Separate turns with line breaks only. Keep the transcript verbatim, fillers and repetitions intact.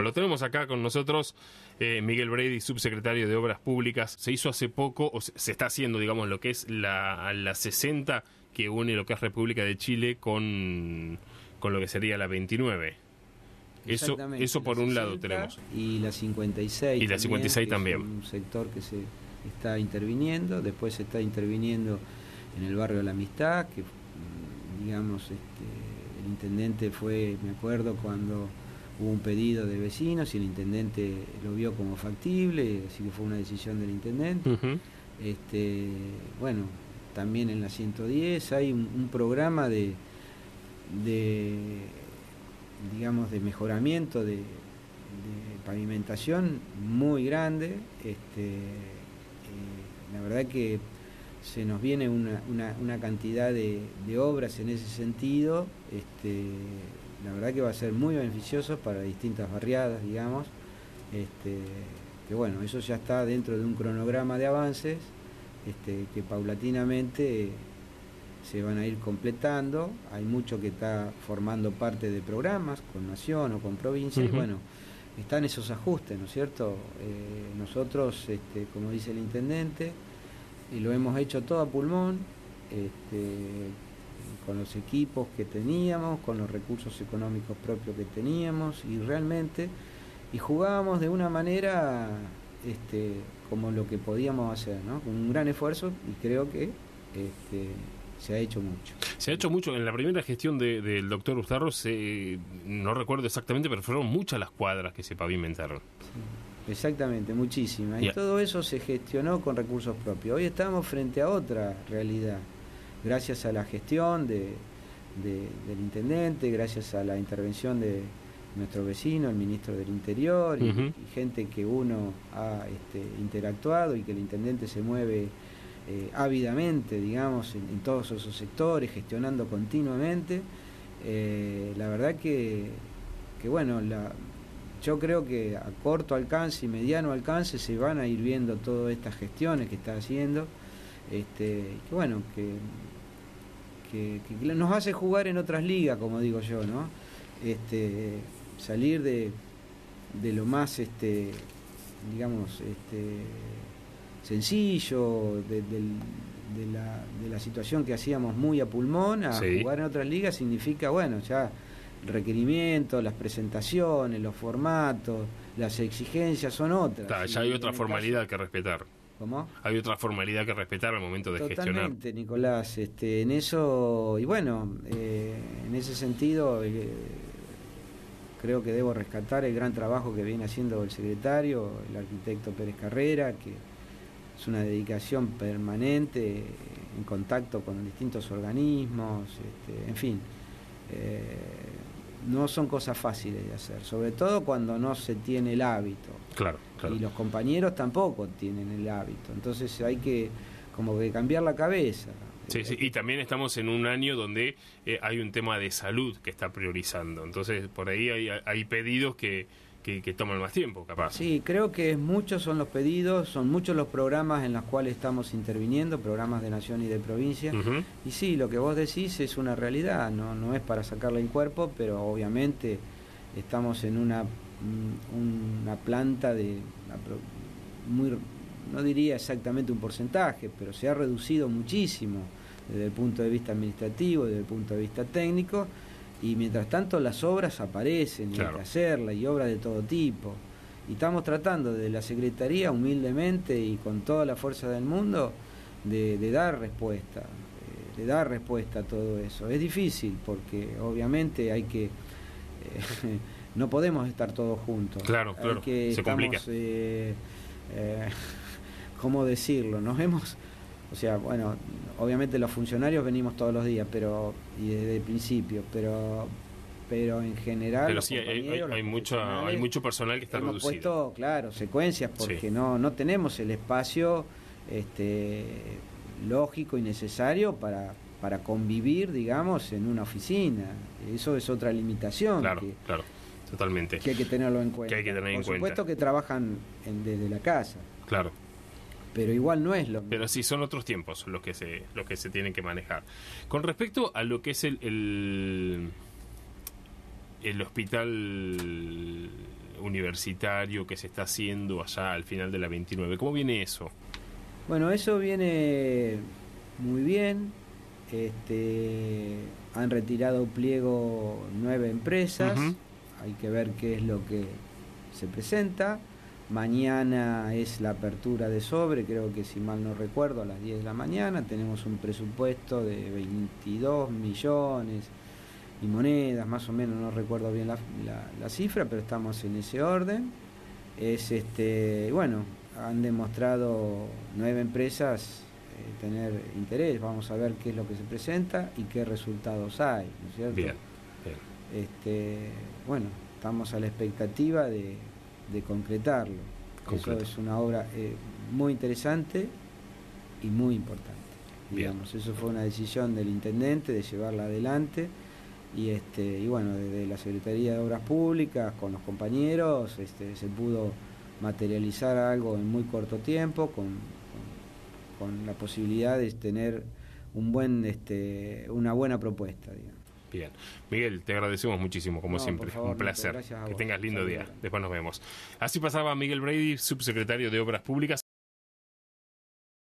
Lo tenemos acá con nosotros, eh, Miguel Brady, subsecretario de Obras Públicas. Se hizo hace poco, o se, se está haciendo, digamos, lo que es la, la sesenta, que une lo que es República de Chile con, con lo que sería la veintinueve. Eso, eso por un lado tenemos.
Y la cincuenta y seis.
Y la cincuenta y seis también.
Es un sector que se está interviniendo. Después se está interviniendo en el barrio de la Amistad, que, digamos, este, el intendente fue, me acuerdo, cuando hubo un pedido de vecinos y el intendente lo vio como factible, así que fue una decisión del intendente. Uh-huh. Este, bueno, también en la ciento diez hay un, un programa de, de, digamos, de mejoramiento de, de pavimentación muy grande. Este, eh, la verdad que se nos viene una, una, una cantidad de, de obras en ese sentido. Este, la verdad que va a ser muy beneficioso para distintas barriadas, digamos, este, que bueno, eso ya está dentro de un cronograma de avances, este, que paulatinamente se van a ir completando. Hay mucho que está formando parte de programas con nación o con provincia. Uh-huh. Y bueno, están esos ajustes, ¿no es cierto? Eh, nosotros, este, como dice el intendente, y lo hemos hecho todo a pulmón, este, con los equipos que teníamos, con los recursos económicos propios que teníamos, y realmente, y jugábamos de una manera este, como lo que podíamos hacer, ¿no? Con un gran esfuerzo, y creo que este, se ha hecho mucho.
Se ha hecho mucho. En la primera gestión de, del doctor Uzarro, se, no recuerdo exactamente, pero fueron muchas las cuadras que se pavimentaron.
Sí, exactamente, muchísimas. Yeah. Y todo eso se gestionó con recursos propios. Hoy estamos frente a otra realidad. Gracias a la gestión de, de, del intendente, gracias a la intervención de nuestro vecino, el ministro del Interior, y, uh-huh. y gente que uno ha este, interactuado, y que el intendente se mueve eh, ávidamente, digamos, en, en todos esos sectores, gestionando continuamente. Eh, la verdad que, que bueno, la, yo creo que a corto alcance y mediano alcance se van a ir viendo todas estas gestiones que está haciendo. Este, que bueno, que, que, que nos hace jugar en otras ligas, como digo yo, ¿no? Este, salir de, de lo más, este, digamos, este, sencillo, de, de, de, la, de la situación que hacíamos muy a pulmón, a sí. jugar en otras ligas significa, bueno, ya el requerimiento, las presentaciones, los formatos, las exigencias son otras.
Claro, ya hay otra formalidad que respetar.
¿Cómo?
Hay otra formalidad que respetar al momento de
Totalmente,
gestionar.
Totalmente, Nicolás. Este, en eso, y bueno, eh, en ese sentido, eh, creo que debo rescatar el gran trabajo que viene haciendo el secretario, el arquitecto Pérez Carrera, que es una dedicación permanente, eh, en contacto con distintos organismos, este, en fin. Eh, no son cosas fáciles de hacer, sobre todo cuando no se tiene el hábito.
Claro, claro.
Y los compañeros tampoco tienen el hábito, entonces hay que como que cambiar la cabeza.
Sí, sí, y también estamos en un año donde eh, hay un tema de salud que está priorizando, entonces por ahí hay, hay pedidos que, que, que toman más tiempo, capaz.
Sí, creo que muchos son los pedidos, son muchos los programas en los cuales estamos interviniendo, programas de nación y de provincia, uh-huh. y sí, lo que vos decís es una realidad, no, no es para sacarle el cuerpo, pero obviamente estamos en una, una planta de muy, no diría exactamente un porcentaje, pero se ha reducido muchísimo desde el punto de vista administrativo, desde el punto de vista técnico, y mientras tanto las obras aparecen, claro. y hay que hacerlas, y obras de todo tipo, y estamos tratando desde la Secretaría humildemente y con toda la fuerza del mundo de, de dar respuesta, de, de dar respuesta a todo eso. Es difícil porque obviamente hay que, eh, no podemos estar todos juntos,
claro, claro.
Hay que,
se
estamos,
complica.
Eh, eh, ¿cómo decirlo? Nos hemos... O sea, bueno, obviamente los funcionarios venimos todos los días, pero y desde el principio, pero pero en general
pero sí, hay, hay, hay, mucha, hay mucho personal que está
hemos
reducido.
Hemos puesto, claro, secuencias, porque sí. no no tenemos el espacio este lógico y necesario para para convivir, digamos, en una oficina. Eso es otra limitación.
Claro,
que,
claro, totalmente.
Que hay que tenerlo en cuenta.
Que hay que tener en
Por
cuenta.
supuesto que trabajan en, desde la casa.
Claro.
Pero igual no es lo mismo.
Pero sí, son otros tiempos los que se los que se tienen que manejar. Con respecto a lo que es el el, el hospital universitario que se está haciendo allá al final de la veintinueve. ¿Cómo viene eso?
Bueno, eso viene muy bien. Este, han retirado pliego nueve empresas. Uh-huh. Hay que ver qué es lo que se presenta. Mañana es la apertura de sobre, creo que si mal no recuerdo, a las diez de la mañana. Tenemos un presupuesto de veintidós millones y monedas, más o menos, no recuerdo bien la, la, la cifra, pero estamos en ese orden. Es este, bueno, han demostrado nueve empresas eh, tener interés. Vamos a ver qué es lo que se presenta y qué resultados hay, ¿no es cierto?
Bien, bien.
Este, bueno, estamos a la expectativa de de concretarlo. Concreto. Eso es una obra eh, muy interesante y muy importante. Digamos, eso fue una decisión del intendente de llevarla adelante y este y bueno, desde la Secretaría de Obras Públicas con los compañeros este, se pudo materializar algo en muy corto tiempo con, con, con la posibilidad de tener un buen este una buena propuesta, digamos.
Bien. Miguel, te agradecemos muchísimo, como no, siempre. Favor, un placer. Que tengas lindo día. Después nos vemos. Así pasaba Miguel Brady, subsecretario de Obras Públicas.